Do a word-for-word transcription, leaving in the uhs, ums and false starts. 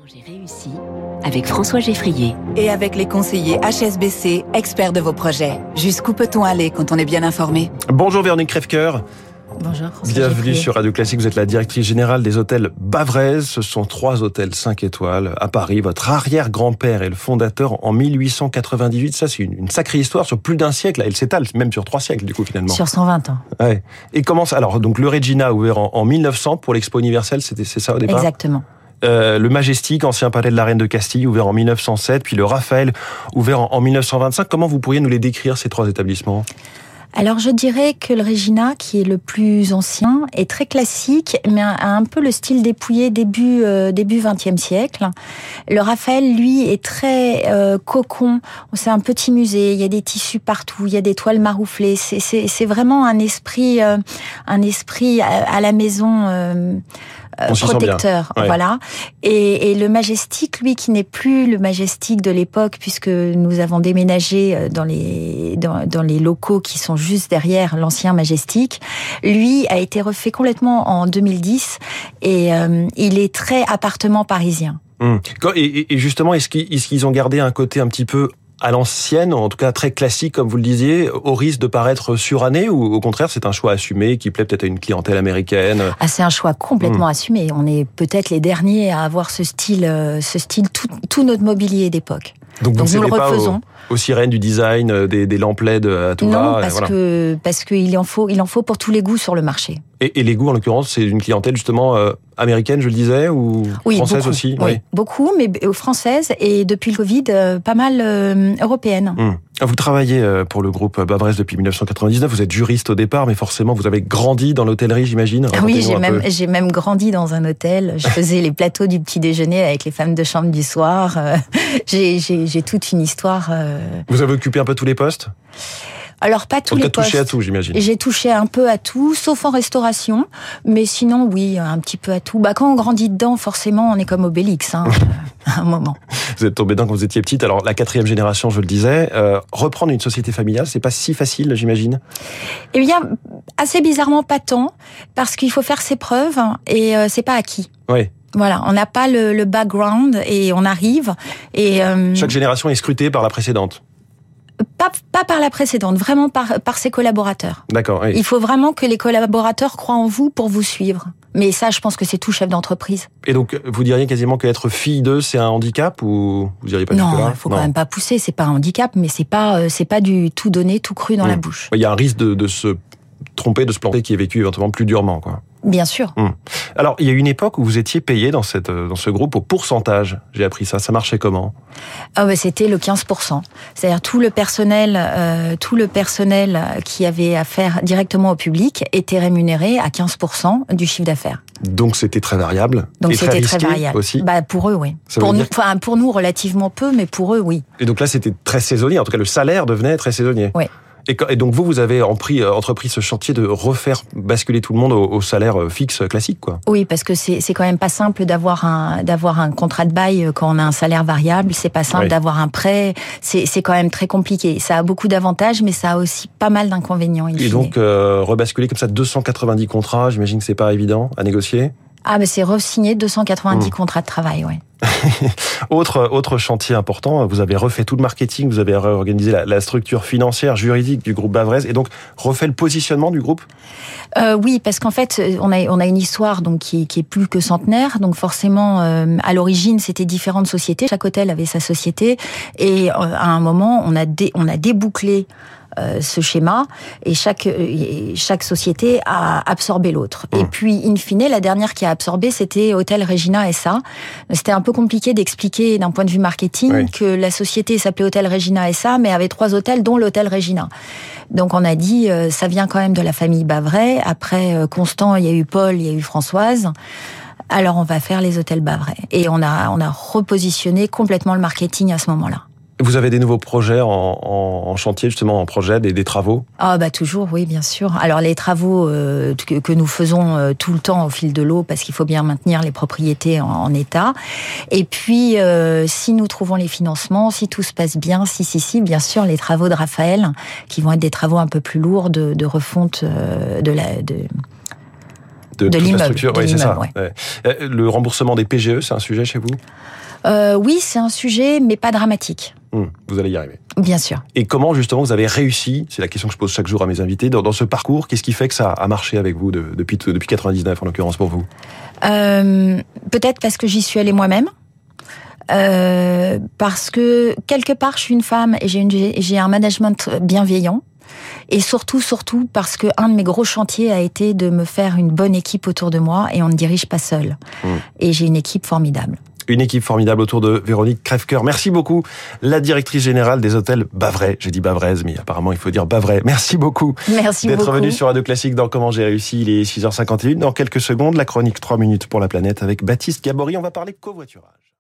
J'ai réussi avec François Geffrier. Et avec les conseillers H S B C, experts de vos projets. Jusqu'où peut-on aller quand on est bien informé ? Bonjour Véronique Crèvecoeur. Bonjour. Bienvenue sur Radio Classique. Vous êtes la directrice générale des hôtels Bavrez. Ce sont trois hôtels cinq étoiles à Paris. Votre arrière-grand-père est le fondateur en mille huit cent quatre-vingt-dix-huit. Ça, c'est une, une sacrée histoire sur plus d'un siècle. Elle s'étale même sur trois siècles, du coup, finalement. Sur cent vingt ans. Ouais. Et comment ça ? Alors, donc, le Regina a ouvert en, en mille neuf cents pour l'Expo universelle. C'était, c'est ça au départ ? Exactement. Euh, le Majestic, ancien palais de la Reine de Castille, ouvert en mille neuf cent sept, puis le Raphaël, ouvert en, en mille neuf cent vingt-cinq. Comment vous pourriez nous les décrire, ces trois établissements ? Alors je dirais que le Regina, qui est le plus ancien, est très classique, mais a un peu le style dépouillé début euh, début vingtième siècle. Le Raphaël, lui, est très euh, cocon. C'est un petit musée. Il y a des tissus partout. Il y a des toiles marouflées. C'est c'est, c'est vraiment un esprit euh, un esprit à, à la maison. Euh, protecteur, ouais. Voilà. Et, et le Majestic, lui, qui n'est plus le Majestic de l'époque, puisque nous avons déménagé dans les dans, dans les locaux qui sont juste derrière l'ancien Majestic, lui a été refait complètement en deux mille dix et euh, il est très appartement parisien. Hum. Et, et justement, est-ce qu'ils, est-ce qu'ils ont gardé un côté un petit peu à l'ancienne, en tout cas très classique, comme vous le disiez, au risque de paraître suranné, ou au contraire, c'est un choix assumé qui plaît peut-être à une clientèle américaine ? Ah, c'est un choix complètement mmh. assumé. On est peut-être les derniers à avoir ce style, ce style tout, tout notre mobilier d'époque. Donc, Donc nous le refaisons. Aux, aux sirènes du design, des, des lampes L E D à tout non, va. parce voilà. que parce qu'il en faut, il en faut pour tous les goûts sur le marché. Et, et les goûts, en l'occurrence, c'est une clientèle justement euh, américaine, je le disais, ou oui, française beaucoup, aussi. Oui, oui, beaucoup, mais française et depuis le Covid, euh, pas mal euh, européenne. Hum. Vous travaillez pour le groupe Bavrez depuis mille neuf cent quatre-vingt-dix-neuf. Vous êtes juriste au départ, mais forcément, vous avez grandi dans l'hôtellerie, j'imagine. Oui, j'ai même, j'ai même grandi dans un hôtel. Je faisais les plateaux du petit déjeuner avec les femmes de chambre du soir. J'ai, j'ai, j'ai toute une histoire. Vous avez occupé un peu tous les postes ? Alors pas tous en les cas, postes. touché à tout, j'imagine. J'ai touché un peu à tout, sauf en restauration, mais sinon oui, un petit peu à tout. Bah quand on grandit dedans, forcément, on est comme Obélix, hein, à un moment. Vous êtes tombé dedans quand vous étiez petite. Alors la quatrième génération, je le disais, euh, reprendre une société familiale, c'est pas si facile, j'imagine. Eh bien, assez bizarrement pas tant, parce qu'il faut faire ses preuves et euh, c'est pas acquis. Oui. Voilà, on n'a pas le, le background et on arrive et euh... chaque génération est scrutée par la précédente. Pas, pas par la précédente, vraiment par, par ses collaborateurs. D'accord, oui. Il faut vraiment que les collaborateurs croient en vous pour vous suivre. Mais ça, je pense que c'est tout chef d'entreprise. Et donc, vous diriez quasiment qu'être fille d'eux, c'est un handicap, ou vous diriez pas non, du tout là ? Non, il faut quand même pas pousser. C'est pas un handicap, mais c'est pas, c'est pas du tout donné, tout cru dans mmh. la bouche. Il y a un risque de, de se tromper, de se planter, qui est vécu éventuellement plus durement, quoi. Bien sûr. Hum. Alors, il y a eu une époque où vous étiez payé dans cette dans ce groupe au pourcentage. J'ai appris ça. Ça marchait comment ? Ah bah c'était le quinze pour cent. C'est-à-dire tout le personnel, euh, tout le personnel qui avait affaire directement au public était rémunéré à quinze pour cent du chiffre d'affaires. Donc c'était très variable. Donc et c'était très, risqué très variable aussi. Bah pour eux oui. Ça pour nous, dire... enfin pour nous relativement peu, mais pour eux oui. Et donc là c'était très saisonnier. En tout cas le salaire devenait très saisonnier. Oui. Et donc vous, vous avez entrepris ce chantier de refaire basculer tout le monde au salaire fixe classique, quoi. Oui, parce que c'est c'est quand même pas simple d'avoir un d'avoir un contrat de bail quand on a un salaire variable. C'est pas simple oui. d'avoir un prêt. C'est c'est quand même très compliqué. Ça a beaucoup d'avantages, mais ça a aussi pas mal d'inconvénients. Et donc euh, rebasculer comme ça deux cent quatre-vingt-dix contrats, j'imagine que c'est pas évident à négocier. Ah, mais c'est re-signé deux cent quatre-vingt-dix mmh. contrats de travail, ouais. autre, autre chantier important, vous avez refait tout le marketing, vous avez réorganisé la, la structure financière, juridique du groupe Bavrez et donc refait le positionnement du groupe ? euh, Oui, parce qu'en fait, on a, on a une histoire donc, qui, qui est plus que centenaire, donc forcément, euh, à l'origine, c'était différentes sociétés, chaque hôtel avait sa société et euh, à un moment, on a, dé, on a débouclé Euh, ce schéma et chaque et chaque société a absorbé l'autre. Mmh. Et puis in fine, la dernière qui a absorbé, c'était Hôtel Regina S A. C'était un peu compliqué d'expliquer d'un point de vue marketing oui. que la société s'appelait Hôtel Regina S A, mais avait trois hôtels, dont l'hôtel Regina. Donc on a dit, euh, ça vient quand même de la famille Bavrez. Après euh, Constant, il y a eu Paul, il y a eu Françoise. Alors on va faire les hôtels Bavrez. Et on a on a repositionné complètement le marketing à ce moment-là. Vous avez des nouveaux projets en, en, en chantier, justement, en projet, des, des travaux ? Ah bah toujours, oui, bien sûr. Alors les travaux euh, que, que nous faisons euh, tout le temps au fil de l'eau, parce qu'il faut bien maintenir les propriétés en, en état. Et puis, euh, si nous trouvons les financements, si tout se passe bien, si, si, si, bien sûr, les travaux de Raphaël, qui vont être des travaux un peu plus lourds de, de refonte euh, de la... De, de, de toute l'immeuble. la structure. De Oui, c'est ça. ouais. Ouais. Le remboursement des P G E, c'est un sujet chez vous ? euh, Oui, c'est un sujet, mais pas dramatique. Mmh, vous allez y arriver. Bien sûr. Et comment justement vous avez réussi, c'est la question que je pose chaque jour à mes invités, dans, dans ce parcours, qu'est-ce qui fait que ça a marché avec vous de, depuis, depuis quatre-vingt-dix-neuf en l'occurrence pour vous ? euh, Peut-être parce que j'y suis allée moi-même. Euh, parce que quelque part je suis une femme et j'ai, une, j'ai un management bienveillant. Et surtout, surtout parce que un de mes gros chantiers a été de me faire une bonne équipe autour de moi et on ne dirige pas seul. Mmh. Et j'ai une équipe formidable. Une équipe formidable autour de Véronique Crèvecoeur. Merci beaucoup, la directrice générale des hôtels Bavray. J'ai dit Bavraises, mais apparemment il faut dire Bavray. Merci beaucoup Merci d'être beaucoup. venu sur Radio Classique dans Comment j'ai réussi. Il est six heures cinquante et une. Dans quelques secondes, la chronique trois minutes pour la planète avec Baptiste Gabory. On va parler covoiturage.